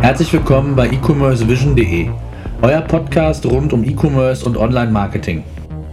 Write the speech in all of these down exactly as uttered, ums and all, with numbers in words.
Herzlich willkommen bei e commerce vision punkt de, euer Podcast rund um E-Commerce und Online-Marketing.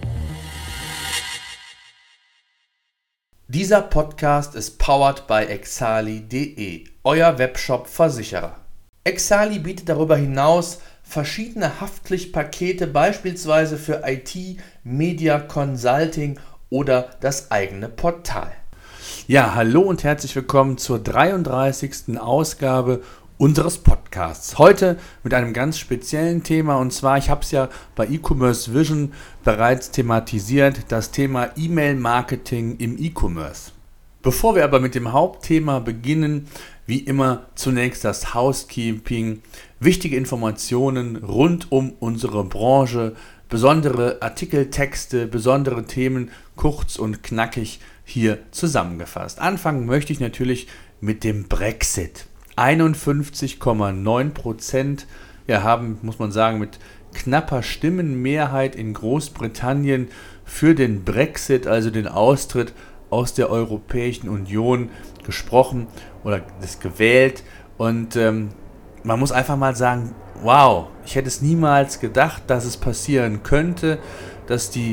Dieser Podcast ist powered by exali punkt de, euer Webshop-Versicherer. Exali bietet darüber hinaus verschiedene Haftpflichtpakete, beispielsweise für I T, Media, Consulting oder das eigene Portal. Ja, hallo und herzlich willkommen zur dreiunddreißigsten Ausgabe unseres Podcasts. Heute mit einem ganz speziellen Thema, und zwar, ich habe es ja bei E-Commerce Vision bereits thematisiert, das Thema E-Mail-Marketing im E-Commerce. Bevor wir aber mit dem Hauptthema beginnen, wie immer zunächst das Housekeeping, wichtige Informationen rund um unsere Branche, besondere Artikeltexte, besondere Themen, kurz und knackig hier zusammengefasst. Anfangen möchte ich natürlich mit dem Brexit. einundfünfzig Komma neun Prozent ja, haben, muss man sagen, mit knapper Stimmenmehrheit in Großbritannien für den Brexit, also den Austritt aus der Europäischen Union, gesprochen oder das gewählt. Und ähm, man muss einfach mal sagen, wow, ich hätte es niemals gedacht, dass es passieren könnte, dass die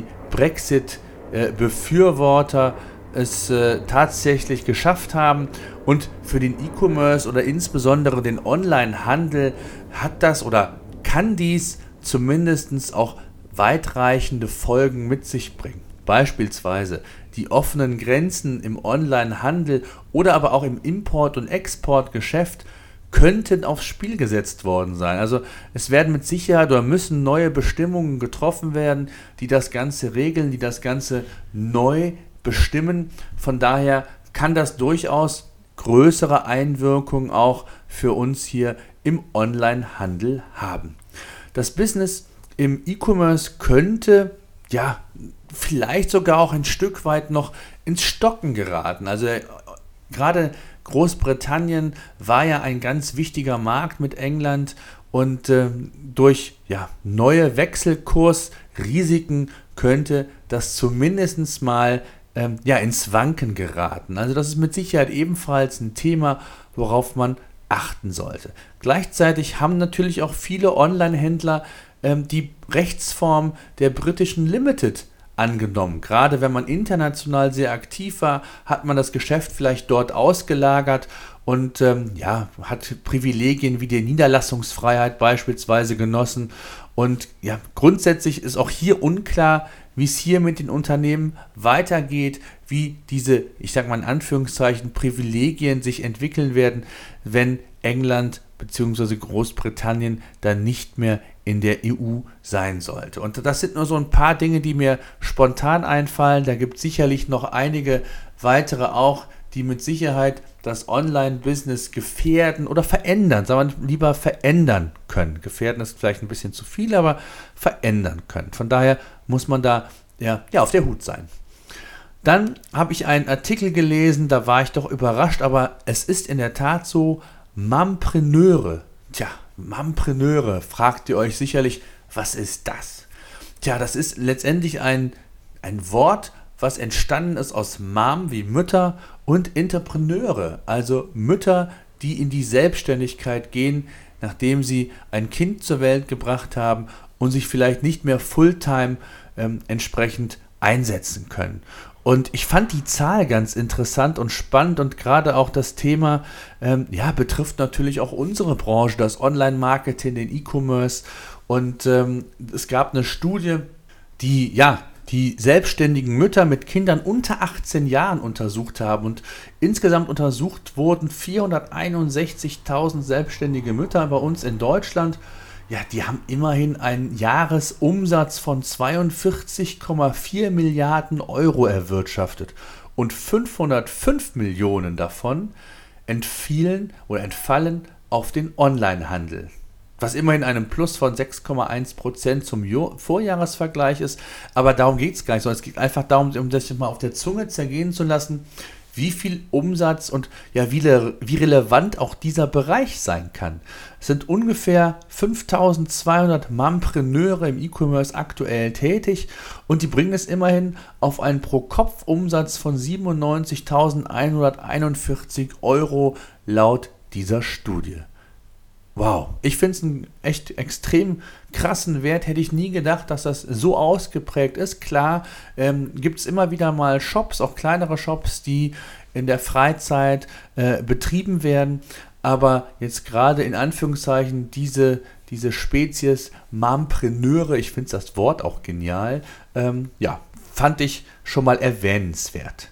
Brexit-Befürworter es äh, tatsächlich geschafft haben. Und für den E-Commerce oder insbesondere den Online-Handel hat das oder kann dies zumindest auch weitreichende Folgen mit sich bringen. Beispielsweise die offenen Grenzen im Online-Handel oder aber auch im Import- und Exportgeschäft könnten aufs Spiel gesetzt worden sein. Also es werden mit Sicherheit oder müssen neue Bestimmungen getroffen werden, die das Ganze regeln, die das Ganze neu bestimmen. Von daher kann das durchaus größere Einwirkungen auch für uns hier im Online-Handel haben. Das Business im E-Commerce könnte ja vielleicht sogar auch ein Stück weit noch ins Stocken geraten. Also äh, gerade Großbritannien war ja ein ganz wichtiger Markt mit England und äh, durch ja, neue Wechselkursrisiken könnte das zumindest mal ähm, ja, ins Wanken geraten. Also das ist mit Sicherheit ebenfalls ein Thema, worauf man achten sollte. Gleichzeitig haben natürlich auch viele Online-Händler ähm, die Rechtsform der britischen Limited angenommen. Gerade wenn man international sehr aktiv war, hat man das Geschäft vielleicht dort ausgelagert und ähm, ja, hat Privilegien wie die Niederlassungsfreiheit beispielsweise genossen. Und ja, grundsätzlich ist auch hier unklar, wie es hier mit den Unternehmen weitergeht, wie diese, ich sage mal in Anführungszeichen, Privilegien sich entwickeln werden, wenn England bzw. Großbritannien dann nicht mehr in der E U sein sollte. Und das sind nur so ein paar Dinge, die mir spontan einfallen. Da gibt es sicherlich noch einige weitere auch, die mit Sicherheit das Online-Business gefährden oder verändern, sagen wir lieber verändern können. Gefährden ist vielleicht ein bisschen zu viel, aber verändern können. Von daher muss man da ja, ja auf der Hut sein. Dann habe ich einen Artikel gelesen, da war ich doch überrascht, aber es ist in der Tat so, Mompreneure, tja, Mompreneure, fragt ihr euch sicherlich, was ist das? Tja, das ist letztendlich ein, ein Wort, was entstanden ist aus Mom wie Mütter und Entrepreneure, also Mütter, die in die Selbstständigkeit gehen, nachdem sie ein Kind zur Welt gebracht haben und sich vielleicht nicht mehr Fulltime ähm, entsprechend einsetzen können. Und ich fand die Zahl ganz interessant und spannend und gerade auch das Thema ähm, ja, betrifft natürlich auch unsere Branche, das Online-Marketing, den E-Commerce. Und ähm, es gab eine Studie, die ja die selbstständigen Mütter mit Kindern unter achtzehn Jahren untersucht haben. Und insgesamt untersucht wurden vierhunderteinundsechzigtausend selbstständige Mütter bei uns in Deutschland. Ja, die haben immerhin einen Jahresumsatz von zweiundvierzig Komma vier Milliarden Euro erwirtschaftet und fünfhundertfünf Millionen davon entfielen oder entfallen auf den Onlinehandel, was immerhin einem Plus von sechs Komma eins Prozent zum Vorjahresvergleich ist. Aber darum geht es gar nicht, sondern es geht einfach darum, um das mal auf der Zunge zergehen zu lassen, wie viel Umsatz und ja, wie, wie relevant auch dieser Bereich sein kann. Es sind ungefähr fünftausendzweihundert Mompreneure im E-Commerce aktuell tätig und die bringen es immerhin auf einen Pro-Kopf-Umsatz von siebenundneunzigtausendeinhunderteinundvierzig Euro laut dieser Studie. wow, ich finde es einen echt extrem krassen Wert. Hätte ich nie gedacht, dass das so ausgeprägt ist. Klar, ähm, gibt es immer wieder mal Shops, auch kleinere Shops, die in der Freizeit äh, betrieben werden. Aber jetzt gerade in Anführungszeichen diese, diese Spezies Mompreneure, ich finde das Wort auch genial, ähm, ja, fand ich schon mal erwähnenswert.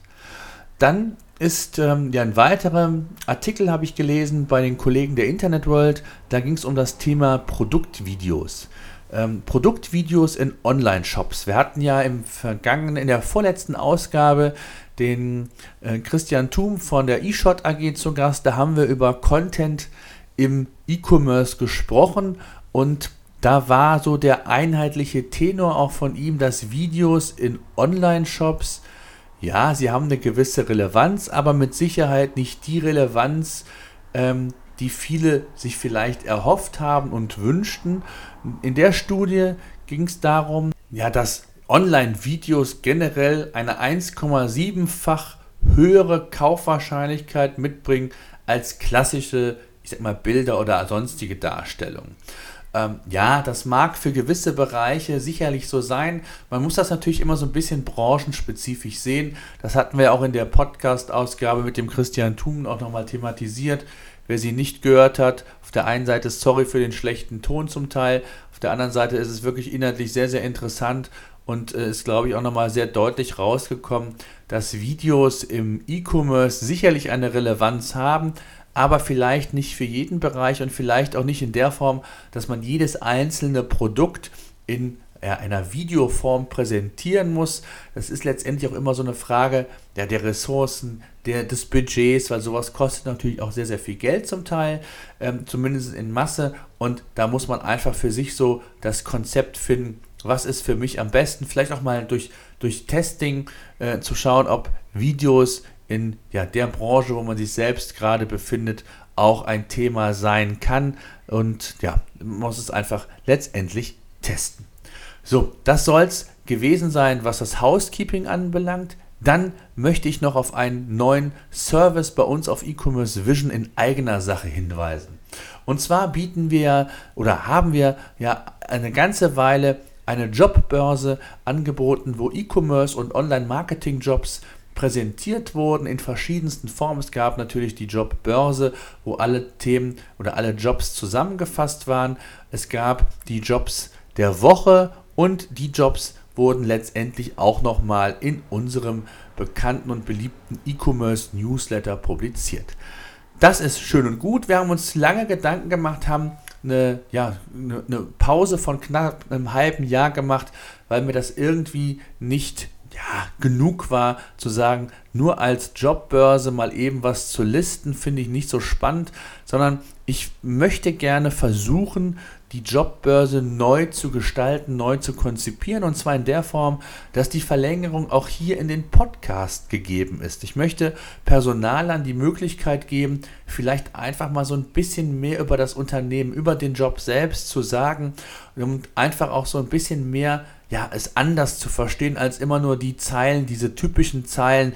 Dann ist ähm, ja ein weiterer Artikel, habe ich gelesen, bei den Kollegen der Internet World. Da ging es um das Thema Produktvideos. Ähm, Produktvideos in Online-Shops. Wir hatten ja im vergangenen, in der vorletzten Ausgabe den äh, Christian Thum von der eShot A G zu Gast. Da haben wir über Content im E-Commerce gesprochen und da war so der einheitliche Tenor auch von ihm, dass Videos in Online-Shops, ja, sie haben eine gewisse Relevanz, aber mit Sicherheit nicht die Relevanz, ähm, die viele sich vielleicht erhofft haben und wünschten. In der Studie ging es darum, ja, dass Online-Videos generell eine eins Komma sieben-fach höhere Kaufwahrscheinlichkeit mitbringen als klassische, ich sag mal, Bilder oder sonstige Darstellungen. Ähm, ja, das mag für gewisse Bereiche sicherlich so sein. Man muss das natürlich immer so ein bisschen branchenspezifisch sehen. Das hatten wir auch in der Podcast-Ausgabe mit dem Christian Thum auch nochmal thematisiert. Wer sie nicht gehört hat, auf der einen Seite sorry für den schlechten Ton zum Teil, auf der anderen Seite ist es wirklich inhaltlich sehr, sehr interessant und äh, ist, glaube ich, auch nochmal sehr deutlich rausgekommen, dass Videos im E-Commerce sicherlich eine Relevanz haben, aber vielleicht nicht für jeden Bereich und vielleicht auch nicht in der Form, dass man jedes einzelne Produkt in ja, einer Videoform präsentieren muss. Das ist letztendlich auch immer so eine Frage ja, der Ressourcen, der, des Budgets, weil sowas kostet natürlich auch sehr, sehr viel Geld zum Teil, ähm, zumindest in Masse, und da muss man einfach für sich so das Konzept finden, was ist für mich am besten, vielleicht auch mal durch, durch Testing äh, zu schauen, ob Videos in ja, der Branche, wo man sich selbst gerade befindet, auch ein Thema sein kann, und ja, man muss es einfach letztendlich testen. So, das soll es gewesen sein, was das Housekeeping anbelangt. Dann möchte ich noch auf einen neuen Service bei uns auf E-Commerce Vision in eigener Sache hinweisen. Und zwar bieten wir oder haben wir ja eine ganze Weile eine Jobbörse angeboten, wo E-Commerce und Online-Marketing-Jobs präsentiert wurden in verschiedensten Formen. Es gab natürlich die Jobbörse, wo alle Themen oder alle Jobs zusammengefasst waren. Es gab die Jobs der Woche und die Jobs wurden letztendlich auch nochmal in unserem bekannten und beliebten E-Commerce-Newsletter publiziert. Das ist schön und gut. Wir haben uns lange Gedanken gemacht, haben eine, ja, eine, eine Pause von knapp einem halben Jahr gemacht, weil mir das irgendwie nicht ja, genug war, zu sagen, nur als Jobbörse mal eben was zu listen, finde ich nicht so spannend, sondern ich möchte gerne versuchen, die Jobbörse neu zu gestalten, neu zu konzipieren, und zwar in der Form, dass die Verlängerung auch hier in den Podcast gegeben ist. Ich möchte Personalern die Möglichkeit geben, vielleicht einfach mal so ein bisschen mehr über das Unternehmen, über den Job selbst zu sagen und einfach auch so ein bisschen mehr ja, es anders zu verstehen als immer nur die Zeilen, diese typischen Zeilen,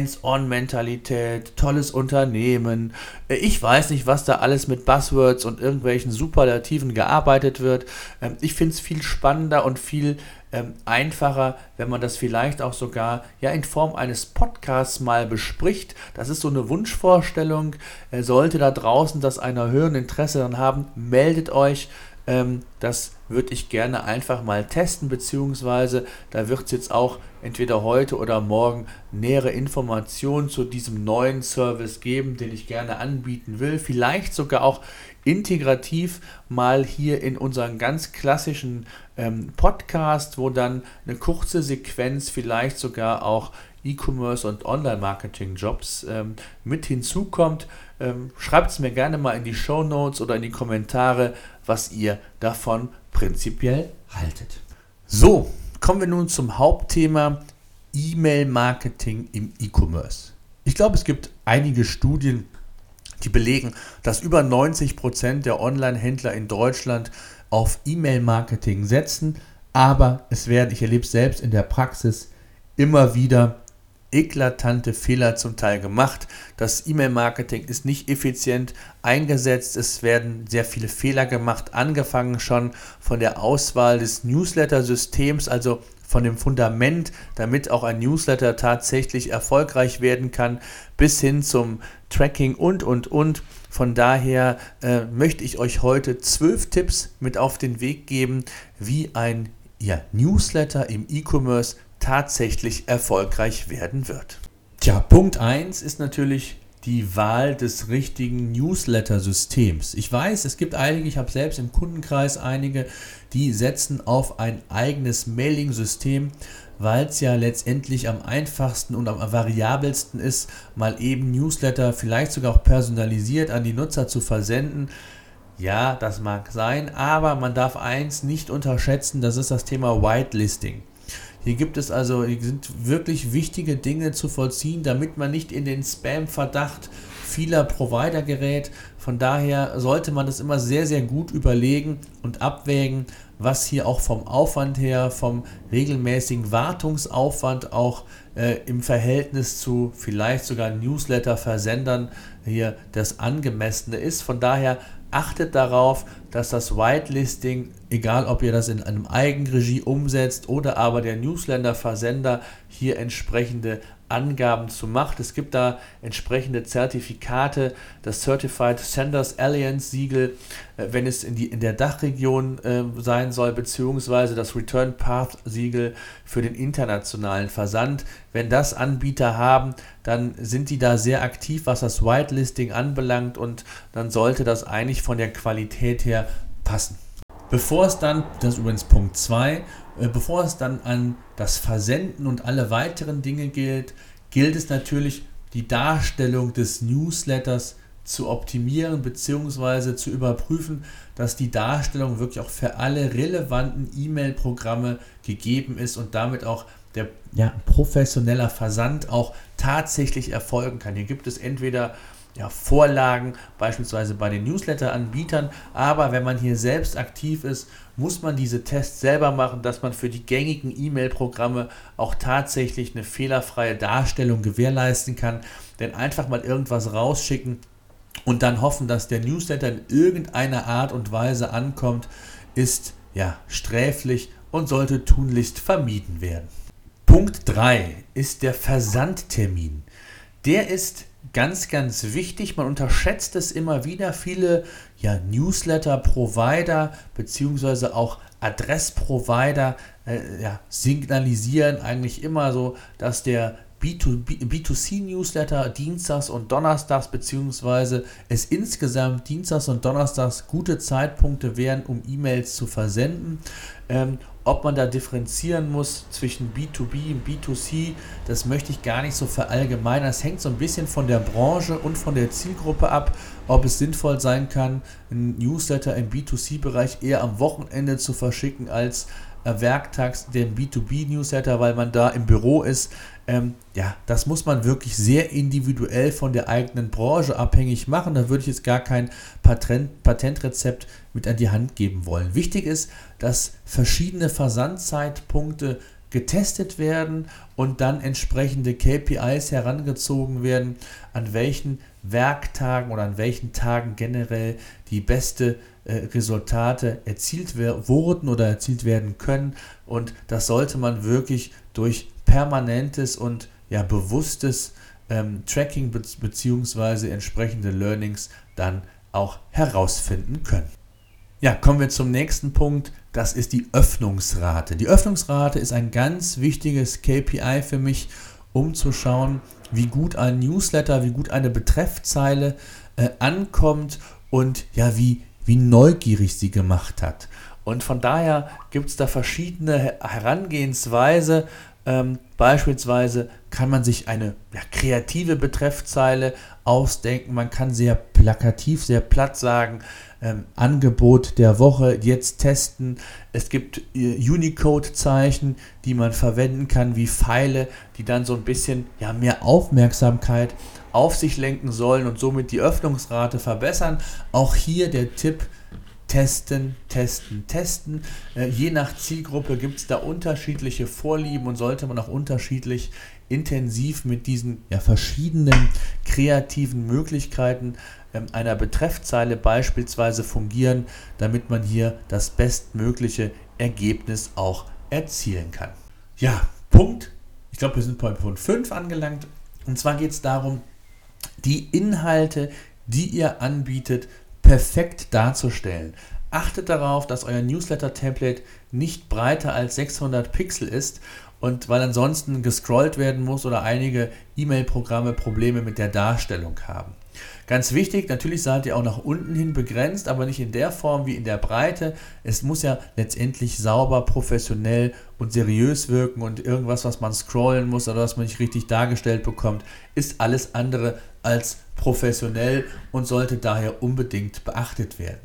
Hands-on-Mentalität, tolles Unternehmen, ich weiß nicht, was da alles mit Buzzwords und irgendwelchen Superlativen gearbeitet wird. Ich finde es viel spannender und viel ähm, einfacher, wenn man das vielleicht auch sogar ja in Form eines Podcasts mal bespricht. Das ist so eine Wunschvorstellung. Äh, sollte da draußen das einer höheren Interesse daran haben, meldet euch. Das würde ich gerne einfach mal testen, beziehungsweise da wird es jetzt auch entweder heute oder morgen nähere Informationen zu diesem neuen Service geben, den ich gerne anbieten will. Vielleicht sogar auch integrativ mal hier in unseren ganz klassischen ähm, Podcast, wo dann eine kurze Sequenz vielleicht sogar auch E-Commerce und Online-Marketing-Jobs ähm, mit hinzukommt. Ähm, schreibt es mir gerne mal in die Shownotes oder in die Kommentare, was ihr davon prinzipiell haltet. So, kommen wir nun zum Hauptthema E-Mail-Marketing im E-Commerce. Ich glaube, es gibt einige Studien, die belegen, dass über neunzig Prozent der Online-Händler in Deutschland auf E-Mail-Marketing setzen, aber es werden, ich erlebe es selbst in der Praxis, immer wieder eklatante Fehler zum Teil gemacht. Das E-Mail-Marketing ist nicht effizient eingesetzt. Es werden sehr viele Fehler gemacht, angefangen schon von der Auswahl des Newsletter-Systems, also von dem Fundament, damit auch ein Newsletter tatsächlich erfolgreich werden kann, bis hin zum Tracking und, und, und. Von daher äh, möchte ich euch heute zwölf Tipps mit auf den Weg geben, wie ein ja, Newsletter im E-Commerce tatsächlich erfolgreich werden wird. Tja, Punkt eins ist natürlich die Wahl des richtigen Newsletter-Systems. Ich weiß, es gibt einige, ich habe selbst im Kundenkreis einige, die setzen auf ein eigenes Mailing-System, weil es ja letztendlich am einfachsten und am variabelsten ist, mal eben Newsletter vielleicht sogar auch personalisiert an die Nutzer zu versenden. Ja, das mag sein, aber man darf eins nicht unterschätzen, das ist das Thema Whitelisting. Hier gibt es also, hier sind wirklich wichtige Dinge zu vollziehen, damit man nicht in den Spam-Verdacht vieler Provider gerät. Von daher sollte man das immer sehr, sehr gut überlegen und abwägen, was hier auch vom Aufwand her, vom regelmäßigen Wartungsaufwand auch äh, im Verhältnis zu vielleicht sogar Newsletter-Versendern hier das Angemessene ist. Von daher achtet darauf, dass das Whitelisting, egal ob ihr das in einem Eigenregie umsetzt oder aber der Newsletter-Versender hier entsprechende Angaben zu macht. Es gibt da entsprechende Zertifikate, das Certified Senders Alliance Siegel, äh, wenn es in, die, in der Dachregion äh, sein soll, beziehungsweise das Return Path Siegel für den internationalen Versand. Wenn das Anbieter haben, dann sind die da sehr aktiv, was das Whitelisting anbelangt, und dann sollte das eigentlich von der Qualität her passen. Bevor es dann, das ist übrigens Punkt zwei, äh, bevor es dann an das Versenden und alle weiteren Dinge gilt, gilt es natürlich, die Darstellung des Newsletters zu optimieren bzw. zu überprüfen, dass die Darstellung wirklich auch für alle relevanten E-Mail-Programme gegeben ist und damit auch der ja, professioneller Versand auch tatsächlich erfolgen kann. Hier gibt es entweder ja, Vorlagen, beispielsweise bei den Newsletter-Anbietern, aber wenn man hier selbst aktiv ist, muss man diese Tests selber machen, dass man für die gängigen E-Mail-Programme auch tatsächlich eine fehlerfreie Darstellung gewährleisten kann. Denn einfach mal irgendwas rausschicken und dann hoffen, dass der Newsletter in irgendeiner Art und Weise ankommt, ist ja sträflich und sollte tunlichst vermieden werden. Punkt drei ist der Versandtermin. Der ist ganz, ganz wichtig. Man unterschätzt es immer wieder. Viele ja, Newsletter-Provider bzw. auch Adressprovider äh, ja, signalisieren eigentlich immer so, dass der B zwei C Newsletter dienstags und donnerstags beziehungsweise es insgesamt dienstags und donnerstags gute Zeitpunkte wären, um E-Mails zu versenden. Ähm, ob man da differenzieren muss zwischen B zwei B und B zwei C, das möchte ich gar nicht so verallgemeinern. Das hängt so ein bisschen von der Branche und von der Zielgruppe ab, ob es sinnvoll sein kann, einen Newsletter im B zwei C-Bereich eher am Wochenende zu verschicken als äh, werktags den B zwei B-Newsletter, weil man da im Büro ist. Ähm, ja, das muss man wirklich sehr individuell von der eigenen Branche abhängig machen. Da würde ich jetzt gar kein Patent, Patentrezept mit an die Hand geben wollen. Wichtig ist, dass verschiedene Versandzeitpunkte getestet werden und dann entsprechende K P Is herangezogen werden, an welchen Werktagen oder an welchen Tagen generell die beste äh, Resultate erzielt wer- wurden oder erzielt werden können. Und das sollte man wirklich durch permanentes und ja, bewusstes ähm, Tracking be- beziehungsweise entsprechende Learnings dann auch herausfinden können. Ja, kommen wir zum nächsten Punkt, das ist die Öffnungsrate. Die Öffnungsrate ist ein ganz wichtiges K P I für mich, um zu schauen, wie gut ein Newsletter, wie gut eine Betreffzeile äh, ankommt und ja, wie, wie neugierig sie gemacht hat. Und von daher gibt es da verschiedene Herangehensweise. Ähm, beispielsweise kann man sich eine ja, kreative Betreffzeile ausdenken. Man kann sehr plakativ, sehr platt sagen, ähm, Angebot der Woche, jetzt testen. Es gibt äh, Unicode-Zeichen, die man verwenden kann, wie Pfeile, die dann so ein bisschen ja, mehr Aufmerksamkeit auf sich lenken sollen und somit die Öffnungsrate verbessern. Auch hier der Tipp, testen, testen, testen. Äh, je nach Zielgruppe gibt es da unterschiedliche Vorlieben und sollte man auch unterschiedlich intensiv mit diesen ja, verschiedenen kreativen Möglichkeiten ähm, einer Betreffzeile beispielsweise fungieren, damit man hier das bestmögliche Ergebnis auch erzielen kann. Ja, Punkt. Ich glaube, wir sind bei Punkt fünf angelangt. Und zwar geht es darum, die Inhalte, die ihr anbietet, perfekt darzustellen. Achtet darauf, dass euer Newsletter-Template nicht breiter als sechshundert Pixel ist, und weil ansonsten gescrollt werden muss oder einige E-Mail-Programme Probleme mit der Darstellung haben. Ganz wichtig, natürlich seid ihr auch nach unten hin begrenzt, aber nicht in der Form wie in der Breite. Es muss ja letztendlich sauber, professionell und seriös wirken, und irgendwas, was man scrollen muss oder was man nicht richtig dargestellt bekommt, ist alles andere als professionell und sollte daher unbedingt beachtet werden.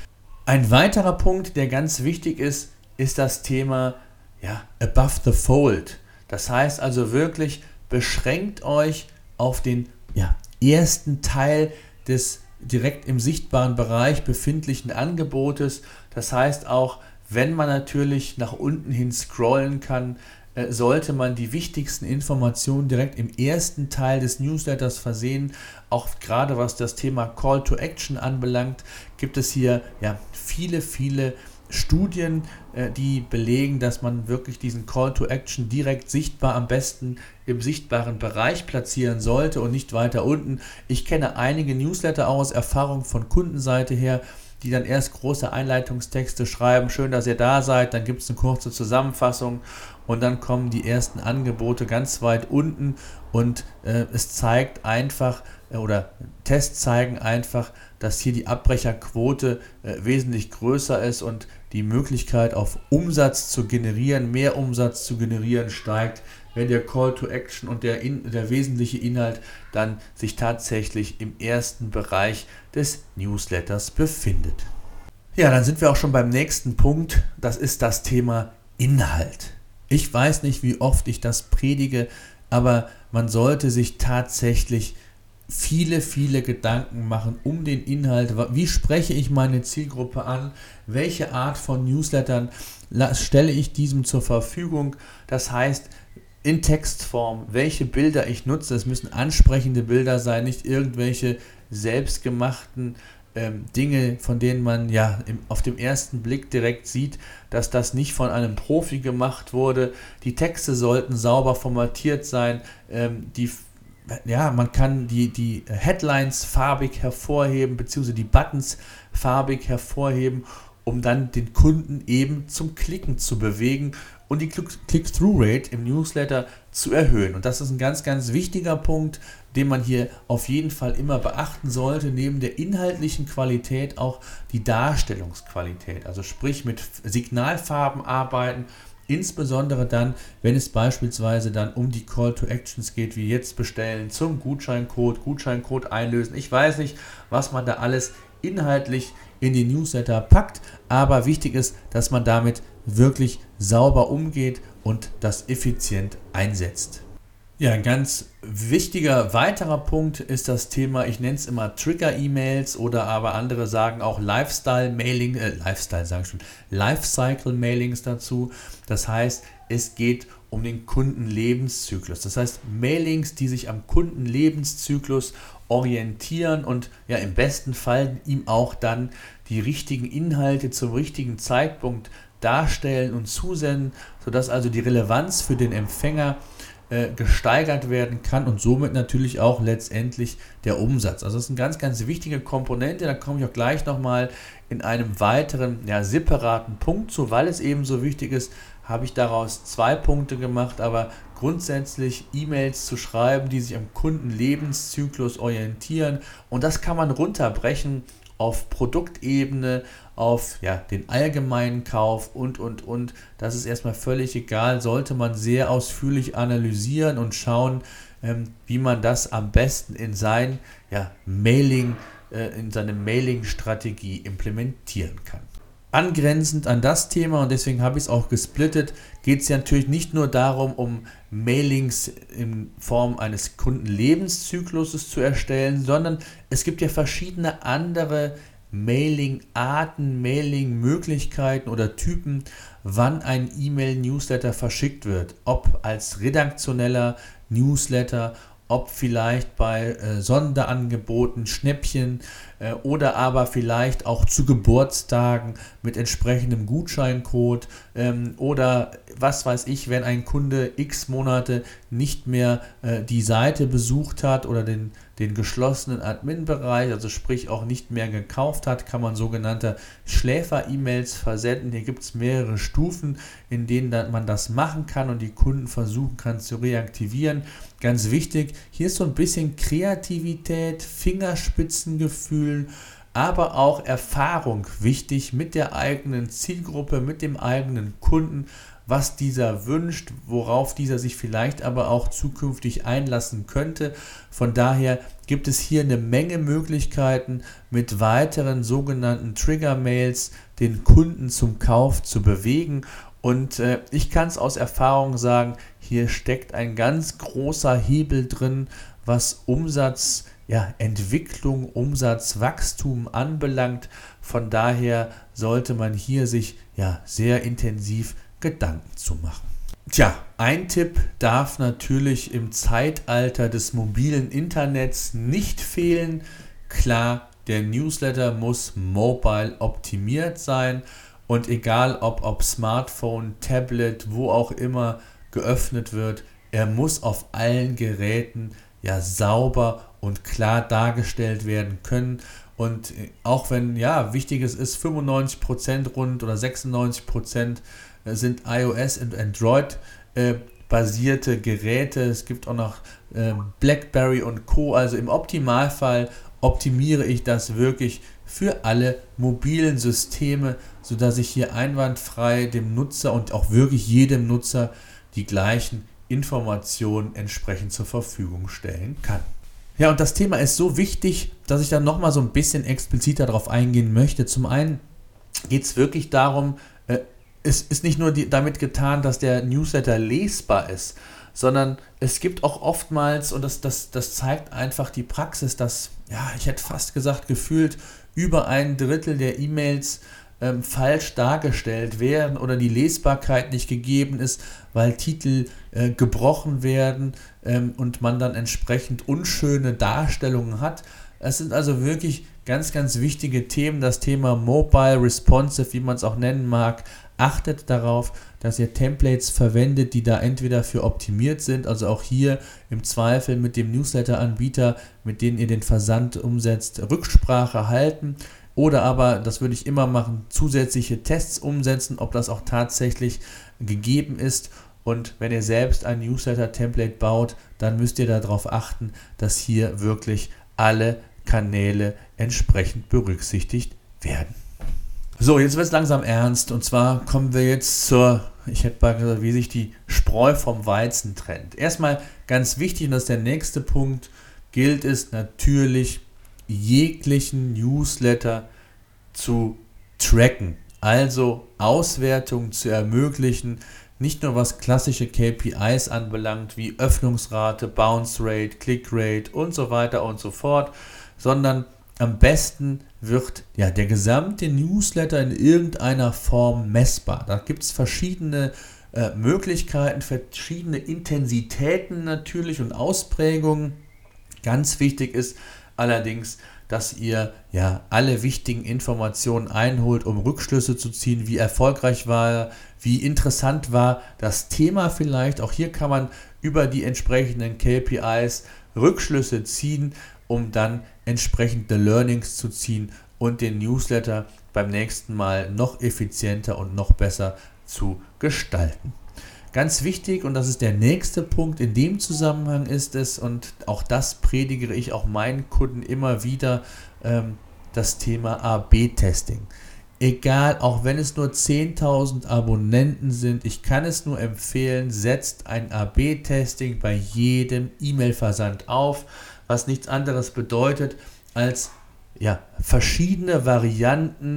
Ein weiterer Punkt, der ganz wichtig ist, ist das Thema ja, above the fold. Das heißt also wirklich, beschränkt euch auf den ja, ersten Teil des direkt im sichtbaren Bereich befindlichen Angebotes. Das heißt auch, wenn man natürlich nach unten hin scrollen kann, äh, sollte man die wichtigsten Informationen direkt im ersten Teil des Newsletters versehen. Auch gerade was das Thema Call to Action anbelangt, gibt es hier ja, viele, viele Studien, die belegen, dass man wirklich diesen Call to Action direkt sichtbar am besten im sichtbaren Bereich platzieren sollte und nicht weiter unten. Ich kenne einige Newsletter auch aus Erfahrung von Kundenseite her, die dann erst große Einleitungstexte schreiben, schön, dass ihr da seid, dann gibt es eine kurze Zusammenfassung und dann kommen die ersten Angebote ganz weit unten, und äh, es zeigt einfach, äh, oder Tests zeigen einfach, dass hier die Abbrecherquote äh, wesentlich größer ist und die Möglichkeit auf Umsatz zu generieren, mehr Umsatz zu generieren steigt, wenn der Call to Action und der, in, der wesentliche Inhalt dann sich tatsächlich im ersten Bereich des Newsletters befindet. Ja, dann sind wir auch schon beim nächsten Punkt, das ist das Thema Inhalt. Ich weiß nicht, wie oft ich das predige, aber man sollte sich tatsächlich viele, viele Gedanken machen um den Inhalt. Wie spreche ich meine Zielgruppe an? Welche Art von Newslettern stelle ich diesem zur Verfügung? Das heißt, in Textform, welche Bilder ich nutze. Es müssen ansprechende Bilder sein, nicht irgendwelche selbstgemachten ähm, Dinge, von denen man ja im, auf dem ersten Blick direkt sieht, dass das nicht von einem Profi gemacht wurde. Die Texte sollten sauber formatiert sein. Ähm, die Ja, man kann die, die Headlines farbig hervorheben, beziehungsweise die Buttons farbig hervorheben, um dann den Kunden eben zum Klicken zu bewegen und die Click-Through-Rate im Newsletter zu erhöhen. Und das ist ein ganz, ganz wichtiger Punkt, den man hier auf jeden Fall immer beachten sollte, neben der inhaltlichen Qualität auch die Darstellungsqualität. Also sprich mit Signalfarben arbeiten, insbesondere dann, wenn es beispielsweise dann um die Call to Actions geht, wie jetzt bestellen, zum Gutscheincode, Gutscheincode einlösen. Ich weiß nicht, was man da alles inhaltlich in die Newsletter packt, aber wichtig ist, dass man damit wirklich sauber umgeht und das effizient einsetzt. Ja, ein ganz wichtiger weiterer Punkt ist das Thema, ich nenne es immer Trigger-E-Mails oder aber andere sagen auch Lifestyle-Mailing, äh, Lifestyle sagen schon, Lifecycle-Mailings dazu. Das heißt, es geht um den Kundenlebenszyklus. Das heißt, Mailings, die sich am Kundenlebenszyklus orientieren und ja im besten Fall ihm auch dann die richtigen Inhalte zum richtigen Zeitpunkt darstellen und zusenden, sodass also die Relevanz für den Empfänger gesteigert werden kann und somit natürlich auch letztendlich der Umsatz. Also das ist eine ganz, ganz wichtige Komponente, da komme ich auch gleich nochmal in einem weiteren, ja, separaten Punkt zu, weil es eben so wichtig ist, habe ich daraus zwei Punkte gemacht, aber grundsätzlich E-Mails zu schreiben, die sich am Kundenlebenszyklus orientieren, und das kann man runterbrechen auf Produktebene, auf ja, den allgemeinen Kauf und, und, und. Das ist erstmal völlig egal, sollte man sehr ausführlich analysieren und schauen, ähm, wie man das am besten in sein ja, Mailing, äh, in seine Mailing-Strategie implementieren kann. Angrenzend an das Thema, und deswegen habe ich es auch gesplittet, geht es ja natürlich nicht nur darum, um Mailings in Form eines Kundenlebenszykluses zu erstellen, sondern es gibt ja verschiedene andere Mailing-Arten, Mailing-Möglichkeiten oder Typen, wann ein E-Mail-Newsletter verschickt wird. Ob als redaktioneller Newsletter, ob vielleicht bei äh, Sonderangeboten, Schnäppchen äh, oder aber vielleicht auch zu Geburtstagen mit entsprechendem Gutscheincode ähm, oder was weiß ich, wenn ein Kunde x Monate nicht mehr äh, die Seite besucht hat oder den, den geschlossenen Admin-Bereich, also sprich auch nicht mehr gekauft hat, kann man sogenannte Schläfer-E-Mails versenden. Hier gibt es mehrere Stufen, in denen man das machen kann und die Kunden versuchen kann zu reaktivieren. Ganz wichtig, hier ist so ein bisschen Kreativität, Fingerspitzengefühl, aber auch Erfahrung wichtig mit der eigenen Zielgruppe, mit dem eigenen Kunden, was dieser wünscht, worauf dieser sich vielleicht aber auch zukünftig einlassen könnte. Von daher gibt es hier eine Menge Möglichkeiten, mit weiteren sogenannten Trigger-Mails den Kunden zum Kauf zu bewegen. Und äh, ich kann es aus Erfahrung sagen, hier steckt ein ganz großer Hebel drin, was Umsatz, ja, Entwicklung, Umsatzwachstum anbelangt. Von daher sollte man hier sich ja sehr intensiv Gedanken zu machen. Tja, ein Tipp darf natürlich im Zeitalter des mobilen Internets nicht fehlen. Klar, der Newsletter muss mobile optimiert sein. Und egal ob, ob Smartphone, Tablet, wo auch immer geöffnet wird, er muss auf allen Geräten ja sauber und klar dargestellt werden können. Und auch wenn, ja, wichtiges ist, fünfundneunzig Prozent rund oder sechsundneunzig Prozent sind iOS und Android äh, basierte Geräte. Es gibt auch noch äh, BlackBerry und Co. Also im Optimalfall optimiere ich das wirklich für alle mobilen Systeme, sodass ich hier einwandfrei dem Nutzer und auch wirklich jedem Nutzer die gleichen Informationen entsprechend zur Verfügung stellen kann. Ja, und das Thema ist so wichtig, dass ich dann nochmal so ein bisschen expliziter darauf eingehen möchte. Zum einen geht es wirklich darum, äh, es ist nicht nur die, damit getan, dass der Newsletter lesbar ist, sondern es gibt auch oftmals, und das, das, das zeigt einfach die Praxis, dass, ja, ich hätte fast gesagt, gefühlt über ein Drittel der E-Mails ähm, falsch dargestellt werden oder die Lesbarkeit nicht gegeben ist, weil Titel äh, gebrochen werden ähm, und man dann entsprechend unschöne Darstellungen hat. Es sind also wirklich ganz, ganz wichtige Themen. Das Thema Mobile Responsive, wie man es auch nennen mag. Achtet darauf, dass ihr Templates verwendet, die da entweder für optimiert sind, also auch hier im Zweifel mit dem Newsletter-Anbieter, mit dem ihr den Versand umsetzt, Rücksprache halten. Oder aber, das würde ich immer machen, zusätzliche Tests umsetzen, ob das auch tatsächlich gegeben ist. Und wenn ihr selbst ein Newsletter-Template baut, dann müsst ihr darauf achten, dass hier wirklich alle Kanäle entsprechend berücksichtigt werden. So, jetzt wird es langsam ernst und zwar kommen wir jetzt zur, ich hätte mal gesagt, wie sich die Spreu vom Weizen trennt. Erstmal ganz wichtig, und das ist der nächste Punkt, gilt es natürlich, jeglichen Newsletter zu tracken, also Auswertungen zu ermöglichen, nicht nur was klassische K P Is anbelangt, wie Öffnungsrate, Bounce Rate, Click Rate und so weiter und so fort, sondern am besten wird ja der gesamte Newsletter in irgendeiner Form messbar. Da gibt es verschiedene äh, Möglichkeiten, verschiedene Intensitäten natürlich und Ausprägungen. Ganz wichtig ist allerdings, dass ihr ja alle wichtigen Informationen einholt, um Rückschlüsse zu ziehen, wie erfolgreich war er, wie interessant war das Thema vielleicht. Auch hier kann man über die entsprechenden K P Is Rückschlüsse ziehen, um dann entsprechende Learnings zu ziehen und den Newsletter beim nächsten Mal noch effizienter und noch besser zu gestalten. Ganz wichtig, und das ist der nächste Punkt in dem Zusammenhang, ist es, und auch das predige ich auch meinen Kunden immer wieder, ähm, das Thema A B Testing. Egal, auch wenn es nur zehntausend Abonnenten sind, ich kann es nur empfehlen, setzt ein A B Testing bei jedem E-Mail-Versand auf, was nichts anderes bedeutet, als ja, verschiedene Varianten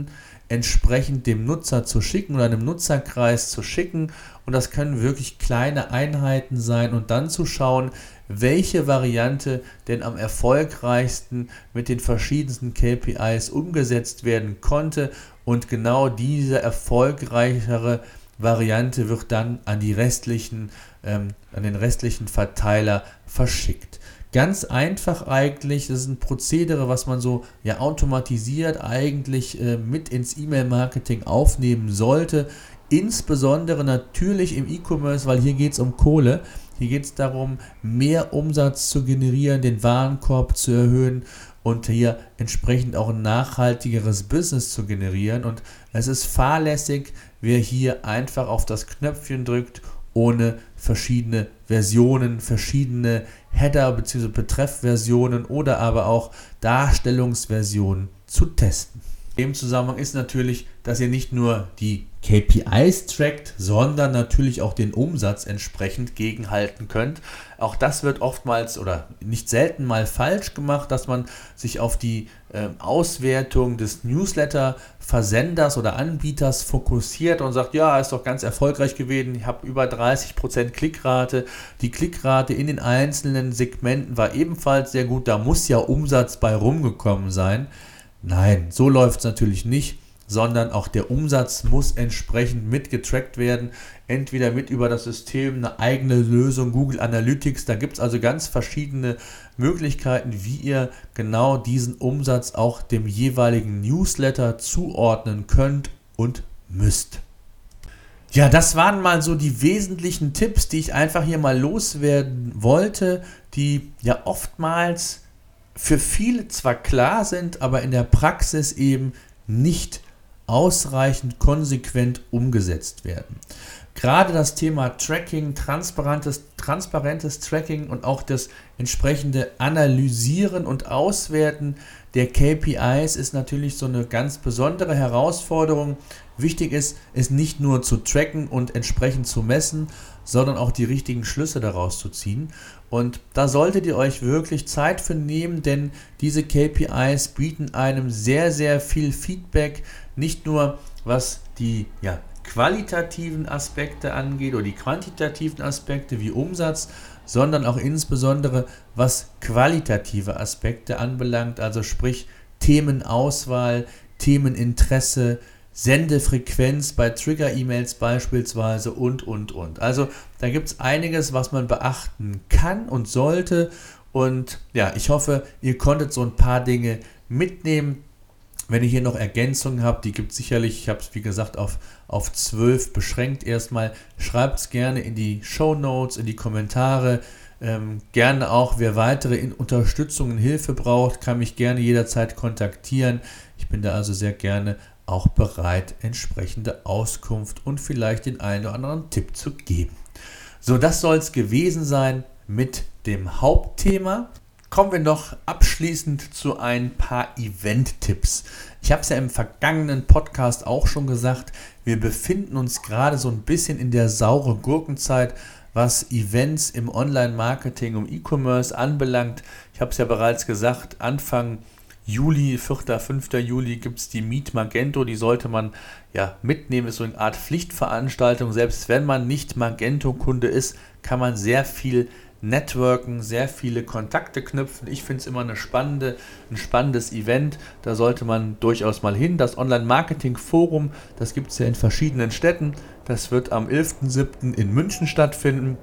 entsprechend dem Nutzer zu schicken oder dem Nutzerkreis zu schicken. Und das können wirklich kleine Einheiten sein und dann zu schauen, welche Variante denn am erfolgreichsten mit den verschiedensten K P Is umgesetzt werden konnte. Und genau diese erfolgreichere Variante wird dann an die restlichen, ähm, an den restlichen Verteiler verschickt. Ganz einfach eigentlich, das ist ein Prozedere, was man so ja automatisiert eigentlich äh, mit ins E-Mail-Marketing aufnehmen sollte. Insbesondere natürlich im E-Commerce, weil hier geht es um Kohle. Hier geht es darum, mehr Umsatz zu generieren, den Warenkorb zu erhöhen und hier entsprechend auch ein nachhaltigeres Business zu generieren. Und es ist fahrlässig, wer hier einfach auf das Knöpfchen drückt, ohne verschiedene Versionen, verschiedene Header bzw. Betreffversionen oder aber auch Darstellungsversionen zu testen. Im Zusammenhang ist natürlich, dass ihr nicht nur die K P Is trackt, sondern natürlich auch den Umsatz entsprechend gegenhalten könnt. Auch das wird oftmals oder nicht selten mal falsch gemacht, dass man sich auf die äh, Auswertung des Newsletter-Versenders oder Anbieters fokussiert und sagt, ja, ist doch ganz erfolgreich gewesen, ich habe über dreißig Prozent Klickrate. Die Klickrate in den einzelnen Segmenten war ebenfalls sehr gut, da muss ja Umsatz bei rumgekommen sein. Nein, so läuft es natürlich nicht, sondern auch der Umsatz muss entsprechend mitgetrackt werden, entweder mit über das System, eine eigene Lösung, Google Analytics, da gibt es also ganz verschiedene Möglichkeiten, wie ihr genau diesen Umsatz auch dem jeweiligen Newsletter zuordnen könnt und müsst. Ja, das waren mal so die wesentlichen Tipps, die ich einfach hier mal loswerden wollte, die ja oftmals für viele zwar klar sind, aber in der Praxis eben nicht ausreichend konsequent umgesetzt werden. Gerade das Thema Tracking, transparentes, transparentes Tracking und auch das entsprechende Analysieren und Auswerten der K P Is ist natürlich so eine ganz besondere Herausforderung. Wichtig ist, es nicht nur zu tracken und entsprechend zu messen, sondern auch die richtigen Schlüsse daraus zu ziehen. Und da solltet ihr euch wirklich Zeit für nehmen, denn diese K P Is bieten einem sehr, sehr viel Feedback, nicht nur was die ja, qualitativen Aspekte angeht oder die quantitativen Aspekte wie Umsatz, sondern auch insbesondere was qualitative Aspekte anbelangt, also sprich Themenauswahl, Themeninteresse, Sendefrequenz bei Trigger-E-Mails beispielsweise und, und, und. Also da gibt es einiges, was man beachten kann und sollte. Und ja, ich hoffe, ihr konntet so ein paar Dinge mitnehmen. Wenn ihr hier noch Ergänzungen habt, die gibt es sicherlich, ich habe es wie gesagt auf, auf zwölf beschränkt erstmal, schreibt es gerne in die Shownotes, in die Kommentare. Ähm, gerne auch, wer weitere in Unterstützung und Hilfe braucht, kann mich gerne jederzeit kontaktieren. Ich bin da also sehr gerne auch bereit, entsprechende Auskunft und vielleicht den einen oder anderen Tipp zu geben. So, das soll es gewesen sein mit dem Hauptthema. Kommen wir noch abschließend zu ein paar Event-Tipps. Ich habe es ja im vergangenen Podcast auch schon gesagt, wir befinden uns gerade so ein bisschen in der saure Gurkenzeit, was Events im Online-Marketing und E-Commerce anbelangt. Ich habe es ja bereits gesagt, Anfang Juli, vierter, fünfter Juli gibt es die Meet Magento, die sollte man ja mitnehmen, ist so eine Art Pflichtveranstaltung. Selbst wenn man nicht Magento-Kunde ist, kann man sehr viel networken, sehr viele Kontakte knüpfen. Ich finde es immer eine spannende, ein spannendes Event, da sollte man durchaus mal hin. Das Online-Marketing-Forum, das gibt es ja in verschiedenen Städten, das wird am elften siebten in München stattfinden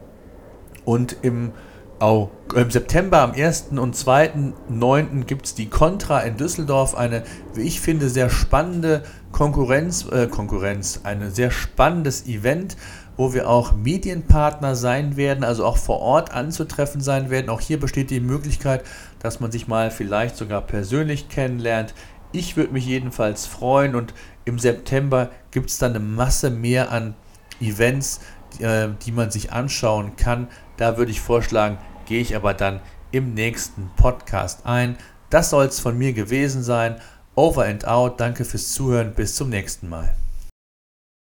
und im Auch im September am ersten und zweiten neunten gibt es die Contra in Düsseldorf, eine, wie ich finde, sehr spannende Konkurrenz, äh, Konkurrenz, ein sehr spannendes Event, wo wir auch Medienpartner sein werden, also auch vor Ort anzutreffen sein werden. Auch hier besteht die Möglichkeit, dass man sich mal vielleicht sogar persönlich kennenlernt. Ich würde mich jedenfalls freuen und im September gibt es dann eine Masse mehr an Events, die, äh, die man sich anschauen kann. Da würde ich vorschlagen, gehe ich aber dann im nächsten Podcast ein. Das soll es von mir gewesen sein. Over and out. Danke fürs Zuhören. Bis zum nächsten Mal.